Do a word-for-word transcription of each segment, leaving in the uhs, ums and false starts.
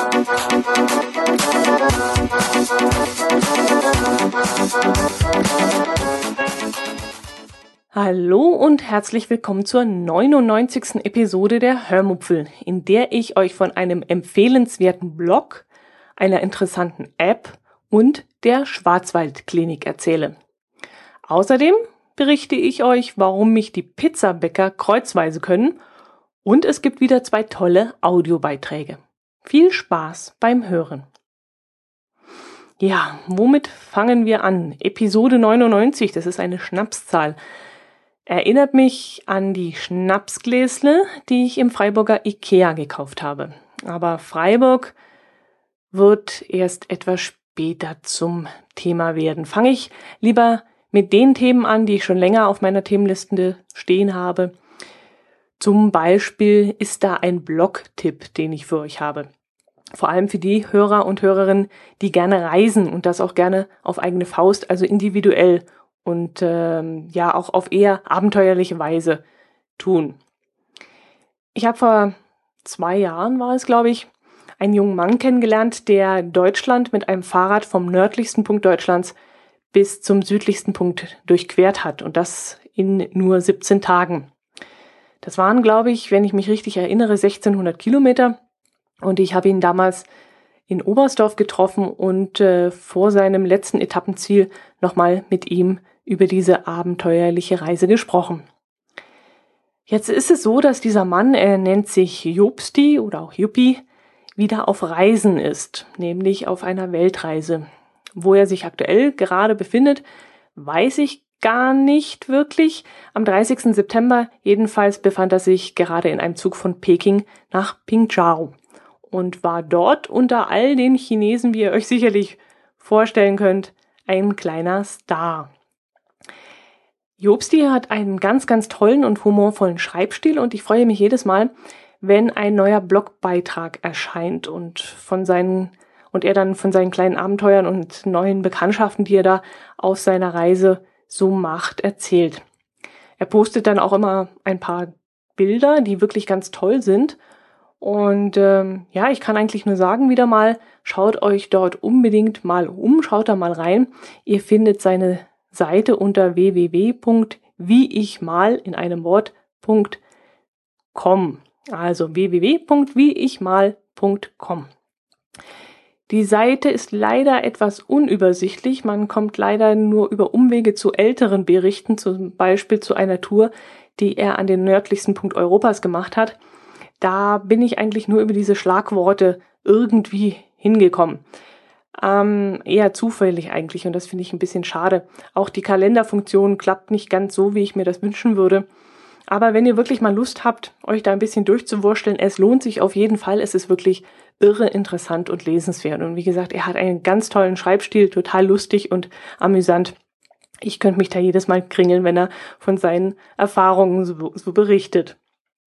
Hallo und herzlich willkommen zur neunundneunzigsten Episode der Hörmupfel, in der ich euch von einem empfehlenswerten Blog, einer interessanten App und der Schwarzwaldklinik erzähle. Außerdem berichte ich euch, warum mich die Pizzabäcker kreuzweise können, und es gibt wieder zwei tolle Audiobeiträge. Viel Spaß beim Hören. Ja, womit fangen wir an? Episode neunundneunzig, das ist eine Schnapszahl. Erinnert mich an die Schnapsgläsle, die ich im Freiburger Ikea gekauft habe. Aber Freiburg wird erst etwas später zum Thema werden. Fange ich lieber mit den Themen an, die ich schon länger auf meiner Themenliste stehen habe. Zum Beispiel ist da ein Blog-Tipp, den ich für euch habe. Vor allem für die Hörer und Hörerinnen, die gerne reisen und das auch gerne auf eigene Faust, also individuell und ähm, ja auch auf eher abenteuerliche Weise tun. Ich habe vor zwei Jahren, war es glaube ich, einen jungen Mann kennengelernt, der Deutschland mit einem Fahrrad vom nördlichsten Punkt Deutschlands bis zum südlichsten Punkt durchquert hat und das in nur siebzehn Tagen. Das waren, glaube ich, wenn ich mich richtig erinnere, sechzehnhundert Kilometer und ich habe ihn damals in Oberstdorf getroffen und äh, vor seinem letzten Etappenziel nochmal mit ihm über diese abenteuerliche Reise gesprochen. Jetzt ist es so, dass dieser Mann, er nennt sich Jobsti oder auch Juppi, wieder auf Reisen ist, nämlich auf einer Weltreise. Wo er sich aktuell gerade befindet, weiß ich gar nicht wirklich. Am dreißigsten September jedenfalls befand er sich gerade in einem Zug von Peking nach Pingzhou und war dort unter all den Chinesen, wie ihr euch sicherlich vorstellen könnt, ein kleiner Star. Jobsti hat einen ganz, ganz tollen und humorvollen Schreibstil und ich freue mich jedes Mal, wenn ein neuer Blogbeitrag erscheint und von seinen und er dann von seinen kleinen Abenteuern und neuen Bekanntschaften, die er da auf seiner Reise so macht, erzählt. Er postet dann auch immer ein paar Bilder, die wirklich ganz toll sind. Und ähm, ja, ich kann eigentlich nur sagen, wieder mal, schaut euch dort unbedingt mal um, schaut da mal rein. Ihr findet seine Seite unter w w w punkt wie ich mal in einem Wort punkt com. Also w w w punkt wie ich mal punkt com. Die Seite ist leider etwas unübersichtlich. Man kommt leider nur über Umwege zu älteren Berichten, zum Beispiel zu einer Tour, die er an den nördlichsten Punkt Europas gemacht hat. Da bin ich eigentlich nur über diese Schlagworte irgendwie hingekommen. Ähm, eher zufällig eigentlich und das finde ich ein bisschen schade. Auch die Kalenderfunktion klappt nicht ganz so, wie ich mir das wünschen würde. Aber wenn ihr wirklich mal Lust habt, euch da ein bisschen durchzuwursteln, es lohnt sich auf jeden Fall. Es ist wirklich irre interessant und lesenswert. Und wie gesagt, er hat einen ganz tollen Schreibstil, total lustig und amüsant. Ich könnte mich da jedes Mal kringeln, wenn er von seinen Erfahrungen so, so berichtet.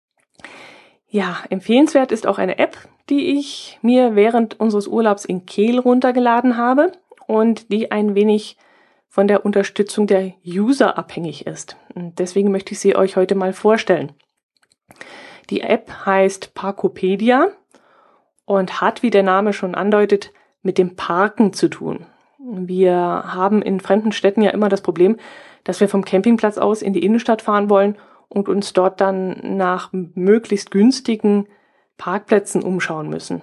Ja, empfehlenswert ist auch eine App, die ich mir während unseres Urlaubs in Kehl runtergeladen habe und die ein wenig von der Unterstützung der User abhängig ist. Und deswegen möchte ich sie euch heute mal vorstellen. Die App heißt Parkopedia und hat, wie der Name schon andeutet, mit dem Parken zu tun. Wir haben in fremden Städten ja immer das Problem, dass wir vom Campingplatz aus in die Innenstadt fahren wollen und uns dort dann nach möglichst günstigen Parkplätzen umschauen müssen.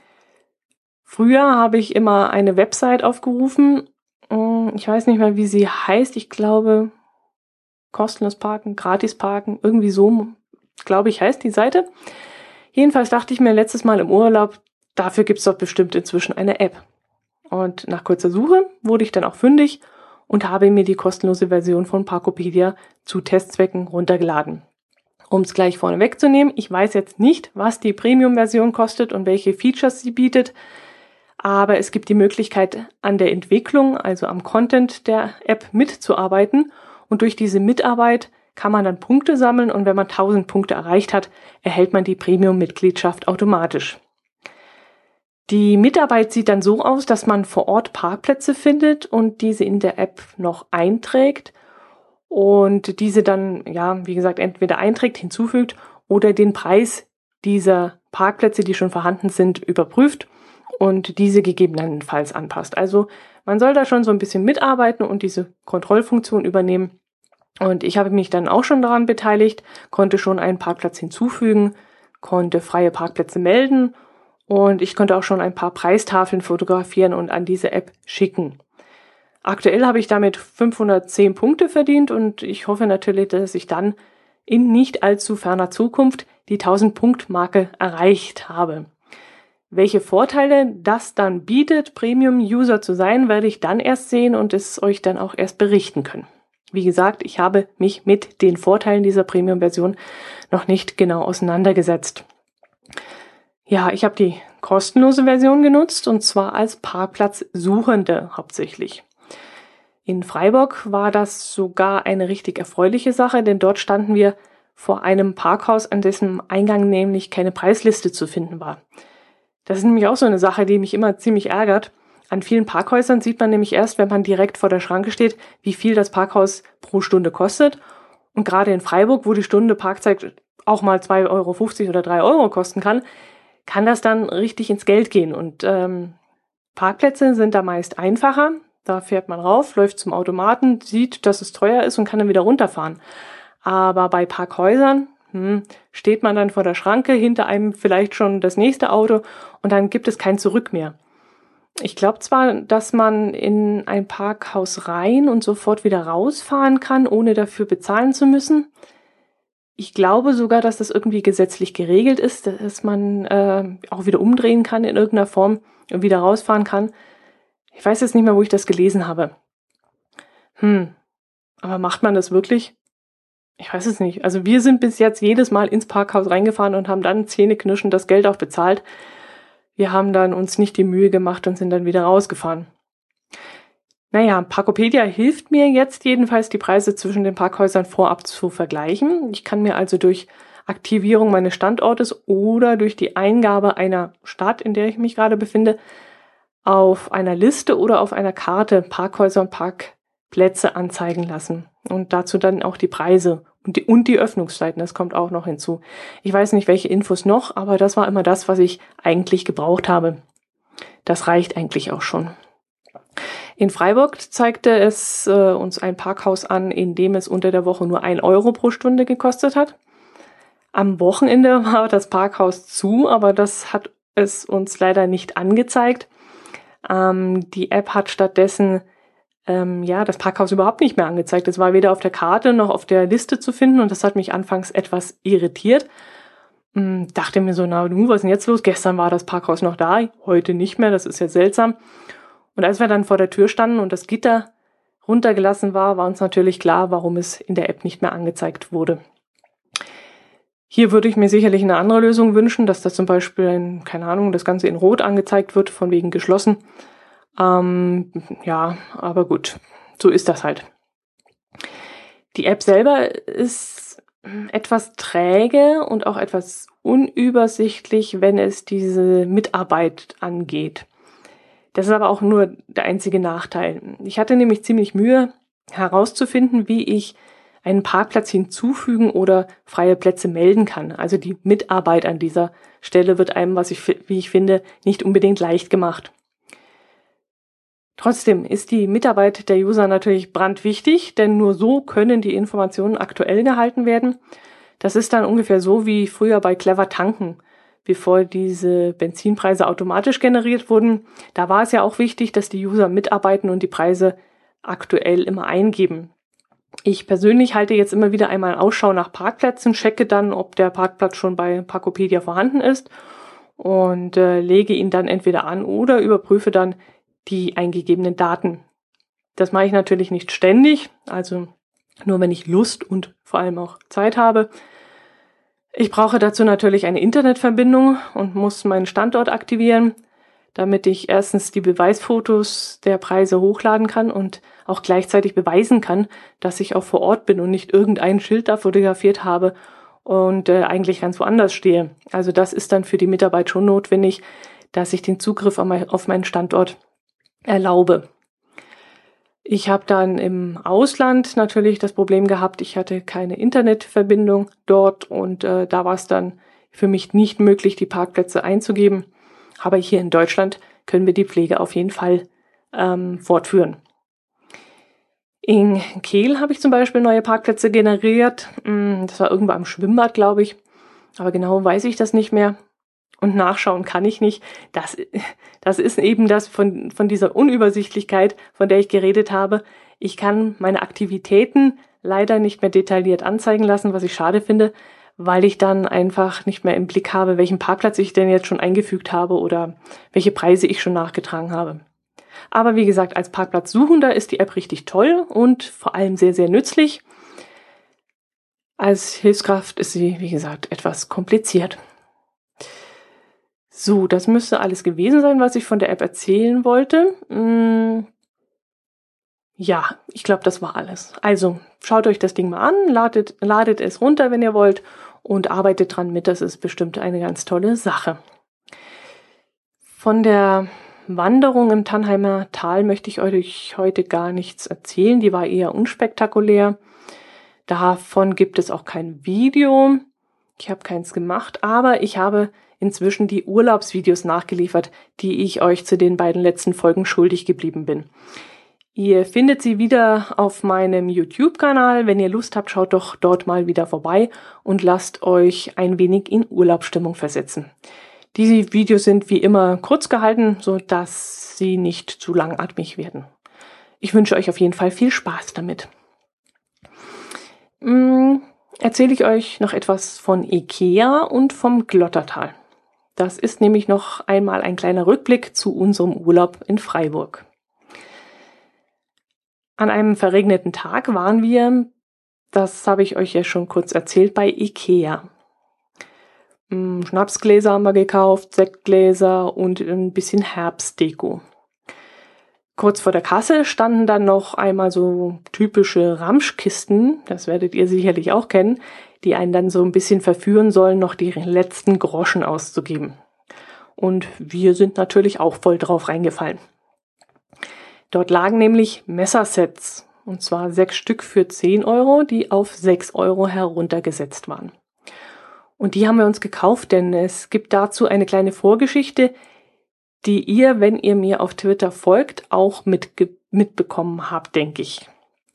Früher habe ich immer eine Website aufgerufen. Ich weiß nicht mehr, wie sie heißt. Ich glaube, kostenlos parken, gratis parken, irgendwie so, glaube ich, heißt die Seite. Jedenfalls dachte ich mir letztes Mal im Urlaub, dafür gibt es doch bestimmt inzwischen eine App. Und nach kurzer Suche wurde ich dann auch fündig und habe mir die kostenlose Version von Parkopedia zu Testzwecken runtergeladen. Um es gleich vorne wegzunehmen, ich weiß jetzt nicht, was die Premium-Version kostet und welche Features sie bietet, aber es gibt die Möglichkeit, an der Entwicklung, also am Content der App mitzuarbeiten und durch diese Mitarbeit kann man dann Punkte sammeln und wenn man tausend Punkte erreicht hat, erhält man die Premium-Mitgliedschaft automatisch. Die Mitarbeit sieht dann so aus, dass man vor Ort Parkplätze findet und diese in der App noch einträgt und diese dann, ja, wie gesagt, entweder einträgt, hinzufügt oder den Preis dieser Parkplätze, die schon vorhanden sind, überprüft und diese gegebenenfalls anpasst. Also man soll da schon so ein bisschen mitarbeiten und diese Kontrollfunktion übernehmen. Und ich habe mich dann auch schon daran beteiligt, konnte schon einen Parkplatz hinzufügen, konnte freie Parkplätze melden und ich konnte auch schon ein paar Preistafeln fotografieren und an diese App schicken. Aktuell habe ich damit fünfhundertzehn Punkte verdient und ich hoffe natürlich, dass ich dann in nicht allzu ferner Zukunft die tausend-Punkt-Marke erreicht habe. Welche Vorteile das dann bietet, Premium-User zu sein, werde ich dann erst sehen und es euch dann auch erst berichten können. Wie gesagt, ich habe mich mit den Vorteilen dieser Premium-Version noch nicht genau auseinandergesetzt. Ja, ich habe die kostenlose Version genutzt und zwar als Parkplatzsuchende hauptsächlich. In Freiburg war das sogar eine richtig erfreuliche Sache, denn dort standen wir vor einem Parkhaus, an dessen Eingang nämlich keine Preisliste zu finden war. Das ist nämlich auch so eine Sache, die mich immer ziemlich ärgert. An vielen Parkhäusern sieht man nämlich erst, wenn man direkt vor der Schranke steht, wie viel das Parkhaus pro Stunde kostet. Und gerade in Freiburg, wo die Stunde Parkzeit auch mal zwei Euro fünfzig oder drei Euro kosten kann, kann das dann richtig ins Geld gehen. Und ähm, Parkplätze sind da meist einfacher. Da fährt man rauf, läuft zum Automaten, sieht, dass es teuer ist und kann dann wieder runterfahren. Aber bei Parkhäusern hm, steht man dann vor der Schranke, hinter einem vielleicht schon das nächste Auto und dann gibt es kein Zurück mehr. Ich glaube zwar, dass man in ein Parkhaus rein und sofort wieder rausfahren kann, ohne dafür bezahlen zu müssen. Ich glaube sogar, dass das irgendwie gesetzlich geregelt ist, dass man äh, auch wieder umdrehen kann in irgendeiner Form und wieder rausfahren kann. Ich weiß jetzt nicht mehr, wo ich das gelesen habe. Hm, aber macht man das wirklich? Ich weiß es nicht. Also wir sind bis jetzt jedes Mal ins Parkhaus reingefahren und haben dann zähneknirschend das Geld auch bezahlt. Wir haben dann uns nicht die Mühe gemacht und sind dann wieder rausgefahren. Naja, Parkopedia hilft mir jetzt jedenfalls, die Preise zwischen den Parkhäusern vorab zu vergleichen. Ich kann mir also durch Aktivierung meines Standortes oder durch die Eingabe einer Stadt, in der ich mich gerade befinde, auf einer Liste oder auf einer Karte Parkhäuser und Parkplätze anzeigen lassen. Und dazu dann auch die Preise und die, und die Öffnungszeiten, das kommt auch noch hinzu. Ich weiß nicht, welche Infos noch, aber das war immer das, was ich eigentlich gebraucht habe. Das reicht eigentlich auch schon. In Freiburg zeigte es äh, uns ein Parkhaus an, in dem es unter der Woche nur ein Euro pro Stunde gekostet hat. Am Wochenende war das Parkhaus zu, aber das hat es uns leider nicht angezeigt. Ähm, die App hat stattdessen ähm, ja das Parkhaus überhaupt nicht mehr angezeigt. Es war weder auf der Karte noch auf der Liste zu finden und das hat mich anfangs etwas irritiert. Ähm, dachte mir so, na du, was ist denn jetzt los? Gestern war das Parkhaus noch da, heute nicht mehr, das ist ja seltsam. Und als wir dann vor der Tür standen und das Gitter runtergelassen war, war uns natürlich klar, warum es in der App nicht mehr angezeigt wurde. Hier würde ich mir sicherlich eine andere Lösung wünschen, dass das zum Beispiel, in, keine Ahnung, das Ganze in Rot angezeigt wird, von wegen geschlossen. Ähm, ja, aber gut, so ist das halt. Die App selber ist etwas träge und auch etwas unübersichtlich, wenn es diese Mitarbeit angeht. Das ist aber auch nur der einzige Nachteil. Ich hatte nämlich ziemlich Mühe herauszufinden, wie ich einen Parkplatz hinzufügen oder freie Plätze melden kann. Also die Mitarbeit an dieser Stelle wird einem, was ich, wie ich finde, nicht unbedingt leicht gemacht. Trotzdem ist die Mitarbeit der User natürlich brandwichtig, denn nur so können die Informationen aktuell gehalten werden. Das ist dann ungefähr so wie früher bei Clever Tanken, bevor diese Benzinpreise automatisch generiert wurden. Da war es ja auch wichtig, dass die User mitarbeiten und die Preise aktuell immer eingeben. Ich persönlich halte jetzt immer wieder einmal Ausschau nach Parkplätzen, checke dann, ob der Parkplatz schon bei Parkopedia vorhanden ist und äh, lege ihn dann entweder an oder überprüfe dann die eingegebenen Daten. Das mache ich natürlich nicht ständig, also nur wenn ich Lust und vor allem auch Zeit habe. Ich brauche dazu natürlich eine Internetverbindung und muss meinen Standort aktivieren, damit ich erstens die Beweisfotos der Preise hochladen kann und auch gleichzeitig beweisen kann, dass ich auch vor Ort bin und nicht irgendein Schild da fotografiert habe und äh, eigentlich ganz woanders stehe. Also das ist dann für die Mitarbeit schon notwendig, dass ich den Zugriff auf meinen Standort erlaube. Ich habe dann im Ausland natürlich das Problem gehabt, ich hatte keine Internetverbindung dort und äh, da war es dann für mich nicht möglich, die Parkplätze einzugeben. Aber hier in Deutschland können wir die Pflege auf jeden Fall ähm, fortführen. In Kehl habe ich zum Beispiel neue Parkplätze generiert. Das war irgendwo am Schwimmbad, glaube ich. Aber genau weiß ich das nicht mehr. Und nachschauen kann ich nicht. Das, das ist eben das von, von dieser Unübersichtlichkeit, von der ich geredet habe. Ich kann meine Aktivitäten leider nicht mehr detailliert anzeigen lassen, was ich schade finde, weil ich dann einfach nicht mehr im Blick habe, welchen Parkplatz ich denn jetzt schon eingefügt habe oder welche Preise ich schon nachgetragen habe. Aber wie gesagt, als Parkplatzsuchender ist die App richtig toll und vor allem sehr, sehr nützlich. Als Hilfskraft ist sie, wie gesagt, etwas kompliziert. So, das müsste alles gewesen sein, was ich von der App erzählen wollte. Hm, ja, ich glaube, das war alles. Also, schaut euch das Ding mal an, ladet, ladet es runter, wenn ihr wollt und arbeitet dran mit. Das ist bestimmt eine ganz tolle Sache. Von der Wanderung im Tannheimer Tal möchte ich euch heute gar nichts erzählen. Die war eher unspektakulär. Davon gibt es auch kein Video. Ich habe keins gemacht, aber ich habe inzwischen die Urlaubsvideos nachgeliefert, die ich euch zu den beiden letzten Folgen schuldig geblieben bin. Ihr findet sie wieder auf meinem YouTube-Kanal. Wenn ihr Lust habt, schaut doch dort mal wieder vorbei und lasst euch ein wenig in Urlaubsstimmung versetzen. Diese Videos sind wie immer kurz gehalten, so dass sie nicht zu langatmig werden. Ich wünsche euch auf jeden Fall viel Spaß damit. Hm, erzähle ich euch noch etwas von Ikea und vom Glottertal. Das ist nämlich noch einmal ein kleiner Rückblick zu unserem Urlaub in Freiburg. An einem verregneten Tag waren wir, das habe ich euch ja schon kurz erzählt, bei Ikea. Schnapsgläser haben wir gekauft, Sektgläser und ein bisschen Herbstdeko. Kurz vor der Kasse standen dann noch einmal so typische Ramschkisten, das werdet ihr sicherlich auch kennen, die einen dann so ein bisschen verführen sollen, noch die letzten Groschen auszugeben. Und wir sind natürlich auch voll drauf reingefallen. Dort lagen nämlich Messersets, und zwar sechs Stück für zehn Euro, die auf sechs Euro heruntergesetzt waren. Und die haben wir uns gekauft, denn es gibt dazu eine kleine Vorgeschichte, die ihr, wenn ihr mir auf Twitter folgt, auch mitge- mitbekommen habt, denke ich.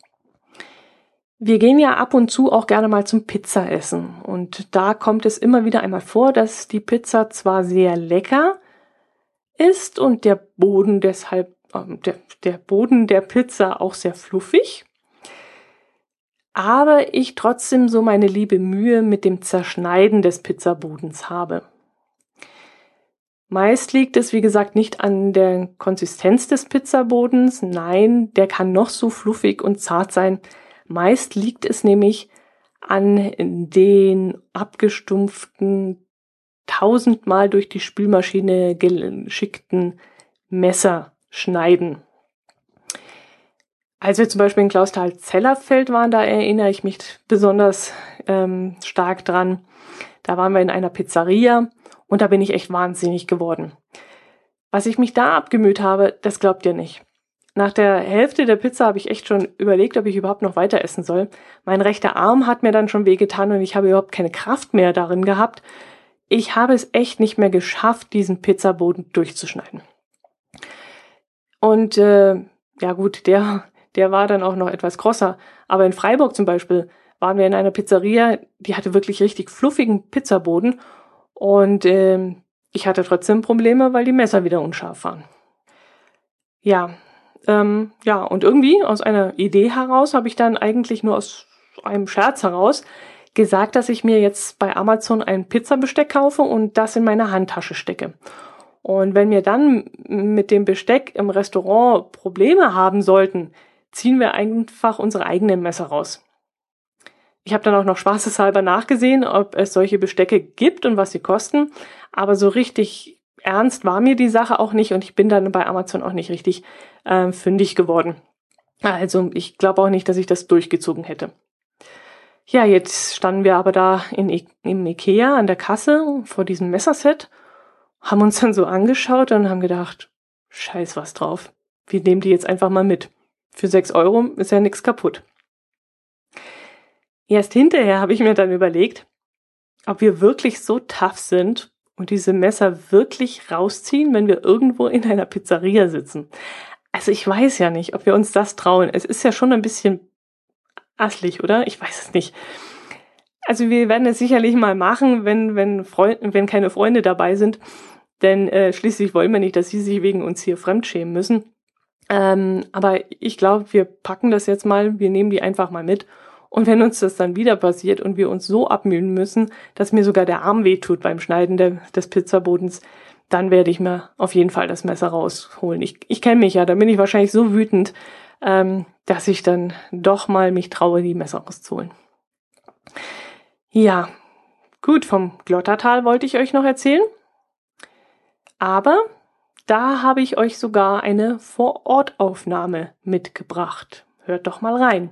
Wir gehen ja ab und zu auch gerne mal zum Pizzaessen. Und da kommt es immer wieder einmal vor, dass die Pizza zwar sehr lecker ist und der Boden deshalb, äh, der, der Boden der Pizza auch sehr fluffig, aber ich trotzdem so meine liebe Mühe mit dem Zerschneiden des Pizzabodens habe. Meist liegt es, wie gesagt, nicht an der Konsistenz des Pizzabodens. Nein, der kann noch so fluffig und zart sein. Meist liegt es nämlich an den abgestumpften, tausendmal durch die Spülmaschine geschickten Messerschneiden. Als wir zum Beispiel in Clausthal-Zellerfeld waren, da erinnere ich mich besonders ähm, stark dran. Da waren wir in einer Pizzeria und da bin ich echt wahnsinnig geworden. Was ich mich da abgemüht habe, das glaubt ihr nicht. Nach der Hälfte der Pizza habe ich echt schon überlegt, ob ich überhaupt noch weiter essen soll. Mein rechter Arm hat mir dann schon wehgetan und ich habe überhaupt keine Kraft mehr darin gehabt. Ich habe es echt nicht mehr geschafft, diesen Pizzaboden durchzuschneiden. Und äh, ja gut, der... Der war dann auch noch etwas grosser. Aber in Freiburg zum Beispiel waren wir in einer Pizzeria, die hatte wirklich richtig fluffigen Pizzaboden. Und ähm, ich hatte trotzdem Probleme, weil die Messer wieder unscharf waren. Ja, ähm, ja, und irgendwie aus einer Idee heraus habe ich dann eigentlich nur aus einem Scherz heraus gesagt, dass ich mir jetzt bei Amazon ein Pizzabesteck kaufe und das in meine Handtasche stecke. Und wenn wir dann mit dem Besteck im Restaurant Probleme haben sollten, ziehen wir einfach unsere eigenen Messer raus. Ich habe dann auch noch spaßeshalber nachgesehen, ob es solche Bestecke gibt und was sie kosten. Aber so richtig ernst war mir die Sache auch nicht und ich bin dann bei Amazon auch nicht richtig äh, fündig geworden. Also ich glaube auch nicht, dass ich das durchgezogen hätte. Ja, jetzt standen wir aber da in I- im Ikea an der Kasse vor diesem Messerset, haben uns dann so angeschaut und haben gedacht, scheiß was drauf. Wir nehmen die jetzt einfach mal mit. Für sechs Euro ist ja nichts kaputt. Erst hinterher habe ich mir dann überlegt, ob wir wirklich so tough sind und diese Messer wirklich rausziehen, wenn wir irgendwo in einer Pizzeria sitzen. Also ich weiß ja nicht, ob wir uns das trauen. Es ist ja schon ein bisschen asslig, oder? Ich weiß es nicht. Also wir werden es sicherlich mal machen, wenn, wenn, Freund, wenn keine Freunde dabei sind. Denn äh, schließlich wollen wir nicht, dass sie sich wegen uns hier fremdschämen müssen. Ähm, aber ich glaube, wir packen das jetzt mal, wir nehmen die einfach mal mit. Und wenn uns das dann wieder passiert und wir uns so abmühen müssen, dass mir sogar der Arm wehtut beim Schneiden der, des Pizzabodens, dann werde ich mir auf jeden Fall das Messer rausholen. Ich, ich kenne mich ja, da bin ich wahrscheinlich so wütend, ähm, dass ich dann doch mal mich traue, die Messer rauszuholen. Ja, gut, vom Glottertal wollte ich euch noch erzählen. Aber da habe ich euch sogar eine Vorortaufnahme mitgebracht. Hört doch mal rein.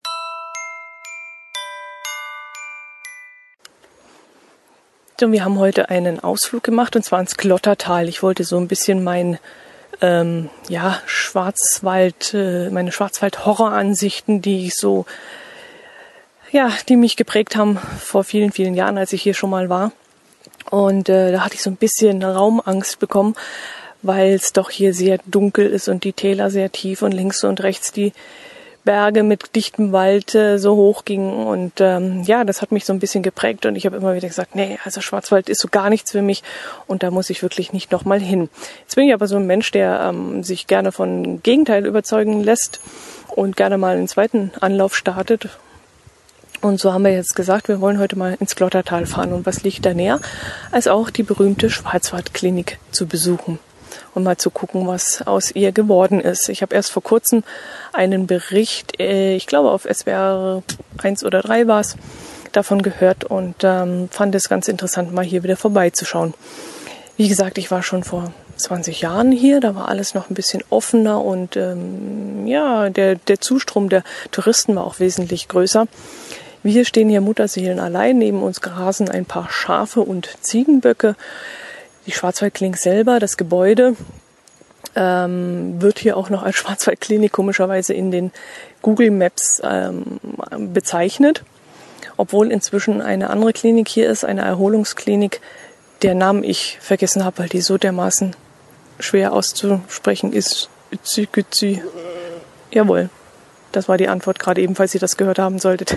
Und wir haben heute einen Ausflug gemacht, und zwar ins Glottertal. Ich wollte so ein bisschen mein ähm, ja, Schwarzwald, äh, meine Schwarzwald-Horroransichten, die ich so, ja, die mich geprägt haben vor vielen, vielen Jahren, als ich hier schon mal war. Und äh, da hatte ich so ein bisschen Raumangst bekommen, weil es doch hier sehr dunkel ist und die Täler sehr tief und links und rechts die Berge mit dichtem Wald äh, so hoch gingen. Und ähm, ja, das hat mich so ein bisschen geprägt, und ich habe immer wieder gesagt, nee, also Schwarzwald ist so gar nichts für mich und da muss ich wirklich nicht nochmal hin. Jetzt bin ich aber so ein Mensch, der ähm, sich gerne von Gegenteil überzeugen lässt und gerne mal einen zweiten Anlauf startet. Und so haben wir jetzt gesagt, wir wollen heute mal ins Glottertal fahren. Und was liegt da näher, als auch die berühmte Schwarzwaldklinik zu besuchen und mal zu gucken, was aus ihr geworden ist. Ich habe erst vor kurzem einen Bericht, äh, ich glaube auf S W R eins oder drei war es, davon gehört und ähm, fand es ganz interessant, mal hier wieder vorbeizuschauen. Wie gesagt, ich war schon vor zwanzig Jahren hier, da war alles noch ein bisschen offener und ähm, ja, der, der Zustrom der Touristen war auch wesentlich größer. Wir stehen hier Mutterseelen allein, neben uns grasen ein paar Schafe und Ziegenböcke. Die Schwarzwaldklinik selber, das Gebäude, ähm, wird hier auch noch als Schwarzwaldklinik komischerweise in den Google Maps ähm, bezeichnet, obwohl inzwischen eine andere Klinik hier ist, eine Erholungsklinik, der Namen ich vergessen habe, weil die so dermaßen schwer auszusprechen ist. Üzi, Güzi. Jawohl, das war die Antwort gerade eben, falls ihr das gehört haben solltet.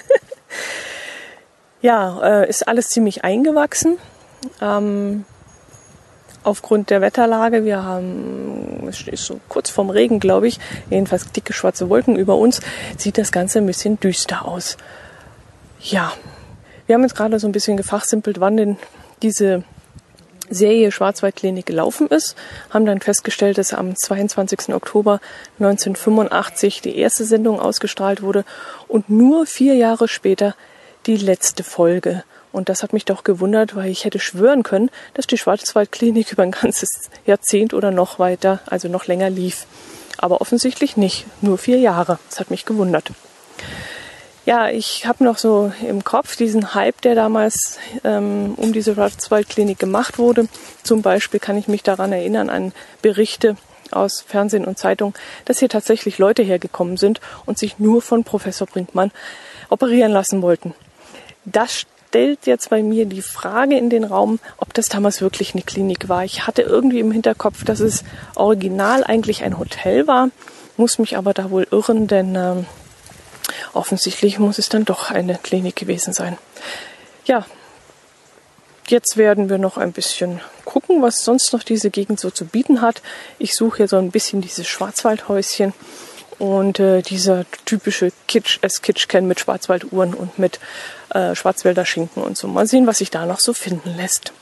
Ja, äh, ist alles ziemlich eingewachsen. Ähm, aufgrund der Wetterlage, wir haben, es ist so kurz vorm Regen, glaube ich, jedenfalls dicke schwarze Wolken über uns, sieht das Ganze ein bisschen düster aus. Ja, wir haben jetzt gerade so ein bisschen gefachsimpelt, wann denn diese Serie Schwarzwaldklinik gelaufen ist, haben dann festgestellt, dass am zweiundzwanzigsten Oktober neunzehnhundertfünfundachtzig die erste Sendung ausgestrahlt wurde und nur vier Jahre später die letzte Folge. Und das hat mich doch gewundert, weil ich hätte schwören können, dass die Schwarzwaldklinik über ein ganzes Jahrzehnt oder noch weiter, also noch länger lief. Aber offensichtlich nicht, nur vier Jahre. Das hat mich gewundert. Ja, ich habe noch so im Kopf diesen Hype, der damals ähm, um diese Schwarzwaldklinik gemacht wurde. Zum Beispiel kann ich mich daran erinnern an Berichte aus Fernsehen und Zeitung, dass hier tatsächlich Leute hergekommen sind und sich nur von Professor Brinkmann operieren lassen wollten. Das stellt jetzt bei mir die Frage in den Raum, ob das damals wirklich eine Klinik war. Ich hatte irgendwie im Hinterkopf, dass es original eigentlich ein Hotel war, muss mich aber da wohl irren, denn ähm, offensichtlich muss es dann doch eine Klinik gewesen sein. Ja, jetzt werden wir noch ein bisschen gucken, was sonst noch diese Gegend so zu bieten hat. Ich suche hier so ein bisschen dieses Schwarzwaldhäuschen und äh, dieser typische Kitsch as Kitsch kennen mit Schwarzwalduhren und mit äh, Schwarzwälder Schinken und so. Mal sehen, was sich da noch so finden lässt.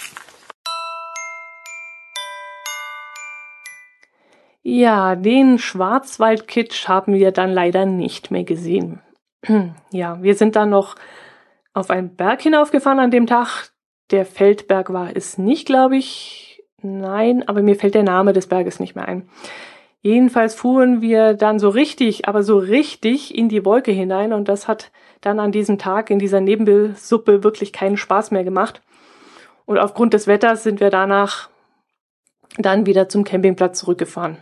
Ja, den Schwarzwald-Kitsch haben wir dann leider nicht mehr gesehen. Ja, wir sind dann noch auf einen Berg hinaufgefahren an dem Tag. Der Feldberg war es nicht, glaube ich. Nein, aber mir fällt der Name des Berges nicht mehr ein. Jedenfalls fuhren wir dann so richtig, aber so richtig in die Wolke hinein, und das hat dann an diesem Tag in dieser Nebelsuppe wirklich keinen Spaß mehr gemacht. Und aufgrund des Wetters sind wir danach dann wieder zum Campingplatz zurückgefahren.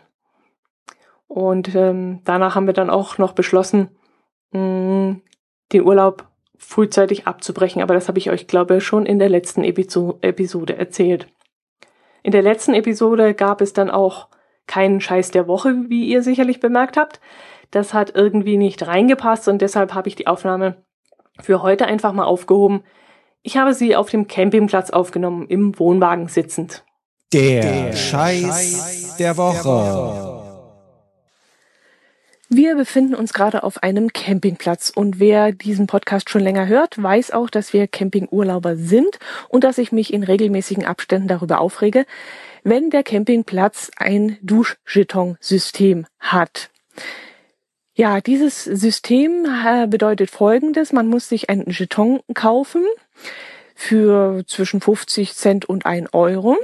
Und ähm, danach haben wir dann auch noch beschlossen, mh, den Urlaub frühzeitig abzubrechen. Aber das habe ich euch, glaube ich, schon in der letzten Episo- Episode erzählt. In der letzten Episode gab es dann auch keinen Scheiß der Woche, wie ihr sicherlich bemerkt habt. Das hat irgendwie nicht reingepasst und deshalb habe ich die Aufnahme für heute einfach mal aufgehoben. Ich habe sie auf dem Campingplatz aufgenommen, im Wohnwagen sitzend. Der, der Scheiß, Scheiß der Woche. Wir befinden uns gerade auf einem Campingplatz und wer diesen Podcast schon länger hört, weiß auch, dass wir Campingurlauber sind und dass ich mich in regelmäßigen Abständen darüber aufrege, wenn der Campingplatz ein Duschjetonsystem hat. Ja, dieses System bedeutet Folgendes: Man muss sich einen Jeton kaufen für zwischen fünfzig Cent und ein Euro.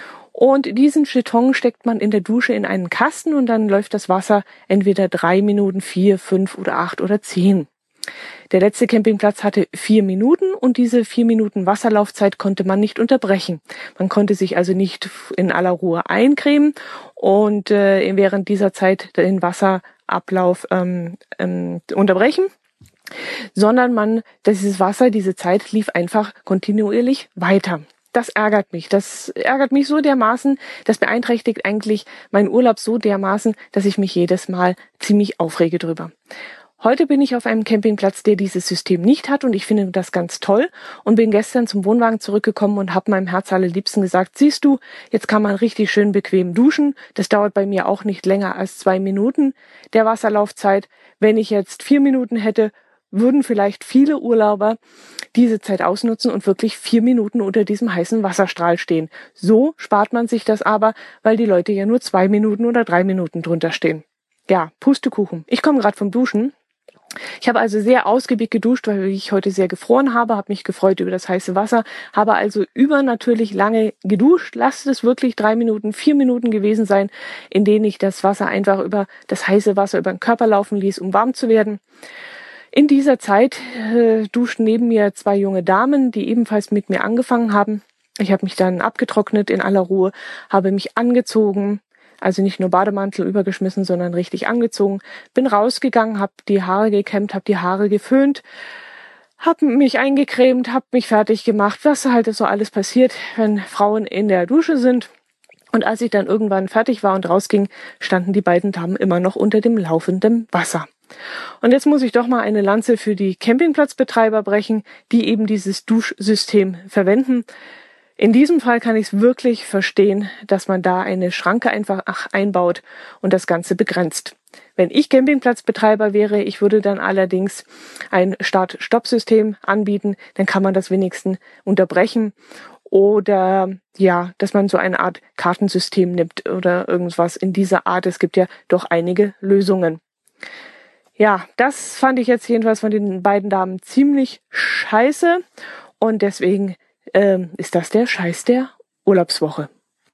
Und diesen Jeton steckt man in der Dusche in einen Kasten und dann läuft das Wasser entweder drei Minuten, vier, fünf oder acht oder zehn. Der letzte Campingplatz hatte vier Minuten und diese vier Minuten Wasserlaufzeit konnte man nicht unterbrechen. Man konnte sich also nicht in aller Ruhe eincremen und äh, während dieser Zeit den Wasserablauf ähm, ähm, unterbrechen, sondern man, dieses Wasser, diese Zeit lief einfach kontinuierlich weiter. Das ärgert mich. Das ärgert mich so dermaßen, das beeinträchtigt eigentlich meinen Urlaub so dermaßen, dass ich mich jedes Mal ziemlich aufrege drüber. Heute bin ich auf einem Campingplatz, der dieses System nicht hat und ich finde das ganz toll und bin gestern zum Wohnwagen zurückgekommen und habe meinem Herz allerliebsten gesagt, siehst du, jetzt kann man richtig schön bequem duschen. Das dauert bei mir auch nicht länger als zwei Minuten der Wasserlaufzeit. Wenn ich jetzt vier Minuten hätte, würden vielleicht viele Urlauber diese Zeit ausnutzen und wirklich vier Minuten unter diesem heißen Wasserstrahl stehen. So spart man sich das aber, weil die Leute ja nur zwei Minuten oder drei Minuten drunter stehen. Ja, Pustekuchen. Ich komme gerade vom Duschen. Ich habe also sehr ausgiebig geduscht, weil ich heute sehr gefroren habe, habe mich gefreut über das heiße Wasser, habe also übernatürlich lange geduscht. Lasst es wirklich drei Minuten, vier Minuten gewesen sein, in denen ich das Wasser einfach über das heiße Wasser über den Körper laufen ließ, um warm zu werden. In dieser Zeit äh, duschten neben mir zwei junge Damen, die ebenfalls mit mir angefangen haben. Ich habe mich dann abgetrocknet in aller Ruhe, habe mich angezogen, also nicht nur Bademantel übergeschmissen, sondern richtig angezogen, bin rausgegangen, habe die Haare gekämmt, habe die Haare geföhnt, habe mich eingecremt, habe mich fertig gemacht, was halt so alles passiert, wenn Frauen in der Dusche sind. Und als ich dann irgendwann fertig war und rausging, standen die beiden Damen immer noch unter dem laufenden Wasser. Und jetzt muss ich doch mal eine Lanze für die Campingplatzbetreiber brechen, die eben dieses Duschsystem verwenden. In diesem Fall kann ich es wirklich verstehen, dass man da eine Schranke einfach einbaut und das Ganze begrenzt. Wenn ich Campingplatzbetreiber wäre, ich würde dann allerdings ein Start-Stopp-System anbieten, dann kann man das wenigstens unterbrechen. Oder ja, dass man so eine Art Kartensystem nimmt oder irgendwas in dieser Art. Es gibt ja doch einige Lösungen. Ja, das fand ich jetzt jedenfalls von den beiden Damen ziemlich scheiße und deswegen ähm, ist das der Scheiß der Urlaubswoche.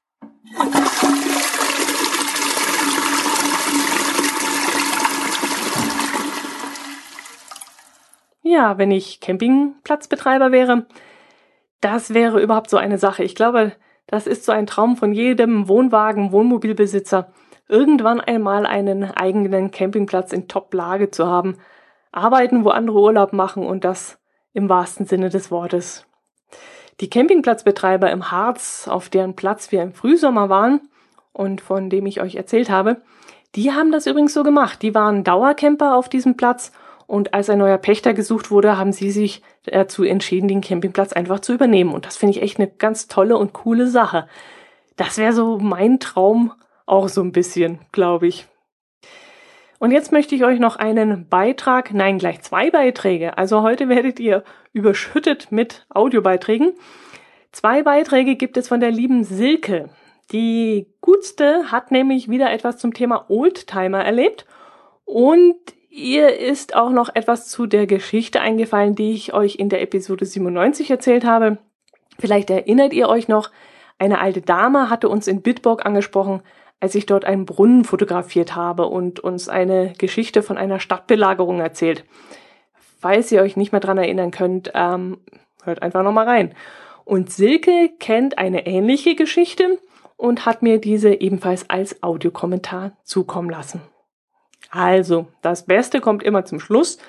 Ja, wenn ich Campingplatzbetreiber wäre, das wäre überhaupt so eine Sache. Ich glaube, das ist so ein Traum von jedem Wohnwagen, Wohnmobilbesitzer, irgendwann einmal einen eigenen Campingplatz in Top-Lage zu haben, arbeiten, wo andere Urlaub machen und das im wahrsten Sinne des Wortes. Die Campingplatzbetreiber im Harz, auf deren Platz wir im Frühsommer waren und von dem ich euch erzählt habe, die haben das übrigens so gemacht. Die waren Dauercamper auf diesem Platz und als ein neuer Pächter gesucht wurde, haben sie sich dazu entschieden, den Campingplatz einfach zu übernehmen. Und das finde ich echt eine ganz tolle und coole Sache. Das wäre so mein Traum auch so ein bisschen, glaube ich. Und jetzt möchte ich euch noch einen Beitrag, nein, gleich zwei Beiträge. Also heute werdet ihr überschüttet mit Audiobeiträgen. Zwei Beiträge gibt es von der lieben Silke. Die Gutste hat nämlich wieder etwas zum Thema Oldtimer erlebt und ihr ist auch noch etwas zu der Geschichte eingefallen, die ich euch in der Episode siebenundneunzig erzählt habe. Vielleicht erinnert ihr euch noch, eine alte Dame hatte uns in Bitburg angesprochen, als ich dort einen Brunnen fotografiert habe und uns eine Geschichte von einer Stadtbelagerung erzählt. Falls ihr euch nicht mehr dran erinnern könnt, ähm, hört einfach nochmal rein. Und Silke kennt eine ähnliche Geschichte und hat mir diese ebenfalls als Audiokommentar zukommen lassen. Also, das Beste kommt immer zum Schluss.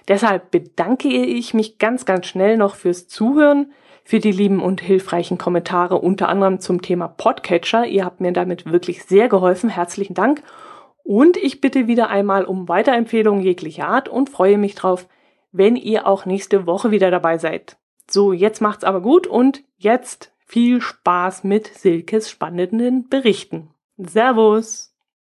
Deshalb bedanke ich mich ganz, ganz schnell noch fürs Zuhören, für die lieben und hilfreichen Kommentare, unter anderem zum Thema Podcatcher. Ihr habt mir damit wirklich sehr geholfen. Herzlichen Dank. Und ich bitte wieder einmal um Weiterempfehlungen jeglicher Art und freue mich drauf, wenn ihr auch nächste Woche wieder dabei seid. So, jetzt macht's aber gut und jetzt viel Spaß mit Silkes spannenden Berichten. Servus!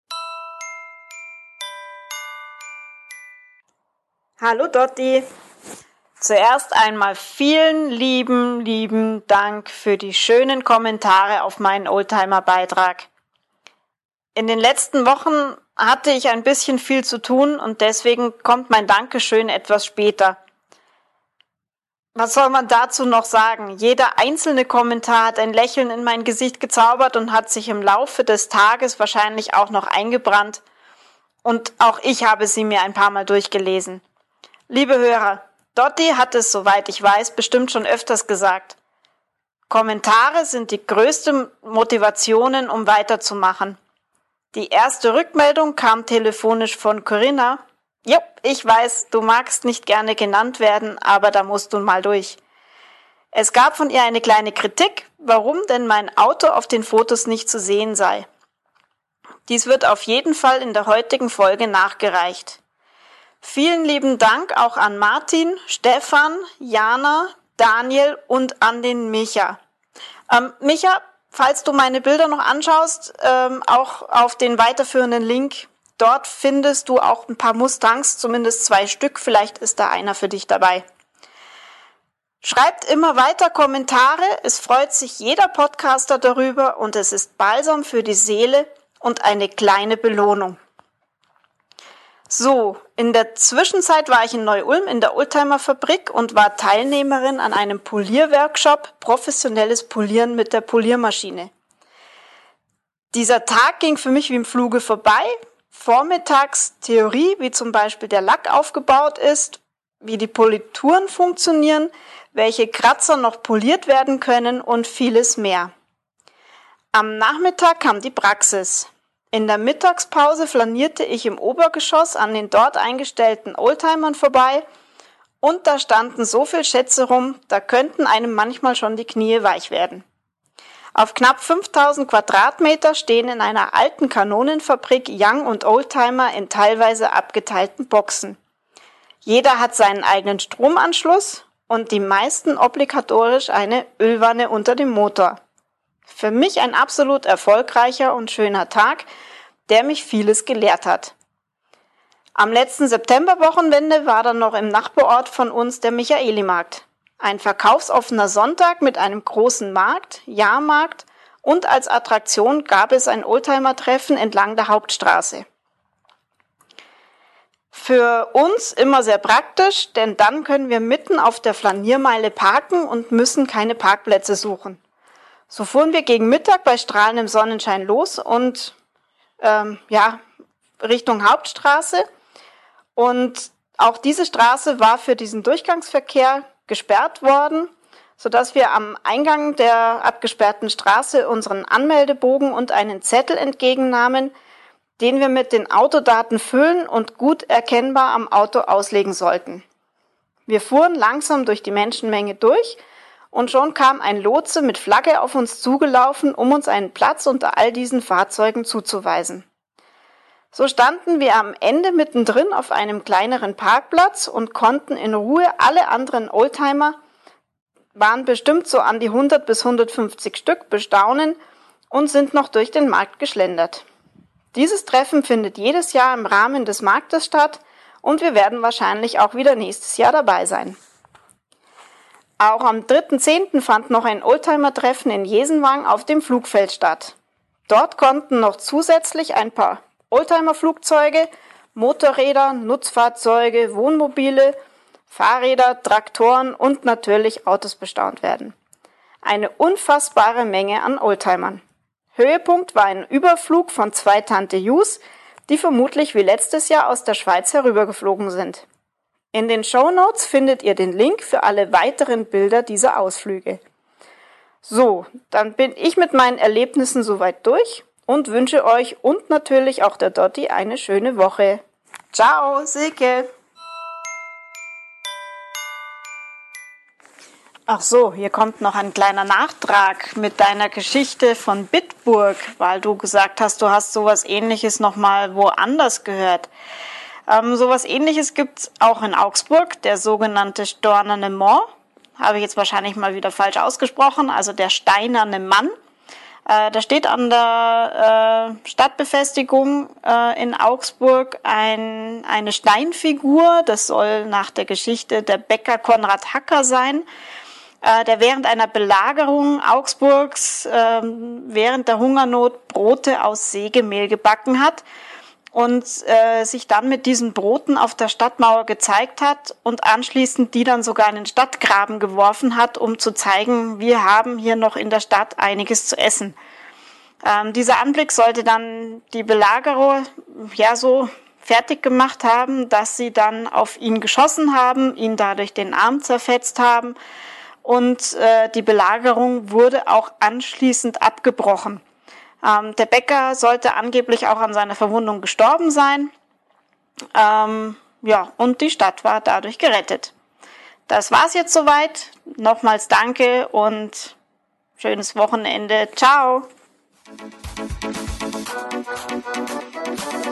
Hallo Dotti! Zuerst einmal vielen lieben, lieben Dank für die schönen Kommentare auf meinen Oldtimer-Beitrag. In den letzten Wochen hatte ich ein bisschen viel zu tun und deswegen kommt mein Dankeschön etwas später. Was soll man dazu noch sagen? Jeder einzelne Kommentar hat ein Lächeln in mein Gesicht gezaubert und hat sich im Laufe des Tages wahrscheinlich auch noch eingebrannt. Und auch ich habe sie mir ein paar Mal durchgelesen. Liebe Hörer, Dotti hat es, soweit ich weiß, bestimmt schon öfters gesagt. Kommentare sind die größte Motivation, um weiterzumachen. Die erste Rückmeldung kam telefonisch von Corinna. Jo, ich weiß, du magst nicht gerne genannt werden, aber da musst du mal durch. Es gab von ihr eine kleine Kritik, warum denn mein Auto auf den Fotos nicht zu sehen sei. Dies wird auf jeden Fall in der heutigen Folge nachgereicht. Vielen lieben Dank auch an Martin, Stefan, Jana, Daniel und an den Micha. Ähm, Micha, falls du meine Bilder noch anschaust, ähm, auch auf den weiterführenden Link, dort findest du auch ein paar Mustangs, zumindest zwei Stück, vielleicht ist da einer für dich dabei. Schreibt immer weiter Kommentare, es freut sich jeder Podcaster darüber und es ist Balsam für die Seele und eine kleine Belohnung. So, in der Zwischenzeit war ich in Neu-Ulm in der Oldtimer-Fabrik und war Teilnehmerin an einem Polierworkshop, professionelles Polieren mit der Poliermaschine. Dieser Tag ging für mich wie im Fluge vorbei. Vormittags Theorie, wie zum Beispiel der Lack aufgebaut ist, wie die Polituren funktionieren, welche Kratzer noch poliert werden können und vieles mehr. Am Nachmittag kam die Praxis. In der Mittagspause flanierte ich im Obergeschoss an den dort eingestellten Oldtimern vorbei und da standen so viel Schätze rum, da könnten einem manchmal schon die Knie weich werden. Auf knapp fünftausend Quadratmeter stehen in einer alten Kanonenfabrik Young- und Oldtimer in teilweise abgeteilten Boxen. Jeder hat seinen eigenen Stromanschluss und die meisten obligatorisch eine Ölwanne unter dem Motor. Für mich ein absolut erfolgreicher und schöner Tag, der mich vieles gelehrt hat. Am letzten Septemberwochenende war dann noch im Nachbarort von uns der Michaelimarkt. Ein verkaufsoffener Sonntag mit einem großen Markt, Jahrmarkt und als Attraktion gab es ein Oldtimer-Treffen entlang der Hauptstraße. Für uns immer sehr praktisch, denn dann können wir mitten auf der Flaniermeile parken und müssen keine Parkplätze suchen. So fuhren wir gegen Mittag bei strahlendem Sonnenschein los und ähm, ja Richtung Hauptstraße. Und auch diese Straße war für diesen Durchgangsverkehr gesperrt worden, sodass wir am Eingang der abgesperrten Straße unseren Anmeldebogen und einen Zettel entgegennahmen, den wir mit den Autodaten füllen und gut erkennbar am Auto auslegen sollten. Wir fuhren langsam durch die Menschenmenge durch und schon kam ein Lotse mit Flagge auf uns zugelaufen, um uns einen Platz unter all diesen Fahrzeugen zuzuweisen. So standen wir am Ende mittendrin auf einem kleineren Parkplatz und konnten in Ruhe alle anderen Oldtimer, waren bestimmt so an die hundert bis hundertfünfzig Stück, bestaunen und sind noch durch den Markt geschlendert. Dieses Treffen findet jedes Jahr im Rahmen des Marktes statt und wir werden wahrscheinlich auch wieder nächstes Jahr dabei sein. Auch am dritten zehnten fand noch ein Oldtimer-Treffen in Jesenwang auf dem Flugfeld statt. Dort konnten noch zusätzlich ein paar Oldtimer-Flugzeuge, Motorräder, Nutzfahrzeuge, Wohnmobile, Fahrräder, Traktoren und natürlich Autos bestaunt werden. Eine unfassbare Menge an Oldtimern. Höhepunkt war ein Überflug von zwei Tante Jus, die vermutlich wie letztes Jahr aus der Schweiz herübergeflogen sind. In den Shownotes findet ihr den Link für alle weiteren Bilder dieser Ausflüge. So, dann bin ich mit meinen Erlebnissen soweit durch und wünsche euch und natürlich auch der Dotti eine schöne Woche. Ciao, Silke! Ach so, hier kommt noch ein kleiner Nachtrag mit deiner Geschichte von Bitburg, weil du gesagt hast, du hast sowas Ähnliches nochmal woanders gehört. Ähm, sowas Ähnliches gibt's auch in Augsburg, der sogenannte Stornerne Mont. Habe ich jetzt wahrscheinlich mal wieder falsch ausgesprochen, also der steinerne Mann. Äh, da steht an der äh, Stadtbefestigung äh, in Augsburg ein, eine Steinfigur, das soll nach der Geschichte der Bäcker Konrad Hacker sein, äh, der während einer Belagerung Augsburgs äh, während der Hungernot Brote aus Sägemehl gebacken hat und äh, sich dann mit diesen Broten auf der Stadtmauer gezeigt hat und anschließend die dann sogar in den Stadtgraben geworfen hat, um zu zeigen, wir haben hier noch in der Stadt einiges zu essen. Ähm, dieser Anblick sollte dann die Belagerer ja so fertig gemacht haben, dass sie dann auf ihn geschossen haben, ihn dadurch den Arm zerfetzt haben und äh, die Belagerung wurde auch anschließend abgebrochen. Ähm, der Bäcker sollte angeblich auch an seiner Verwundung gestorben sein. Ähm, ja, und die Stadt war dadurch gerettet. Das war's jetzt soweit. Nochmals danke und schönes Wochenende. Ciao!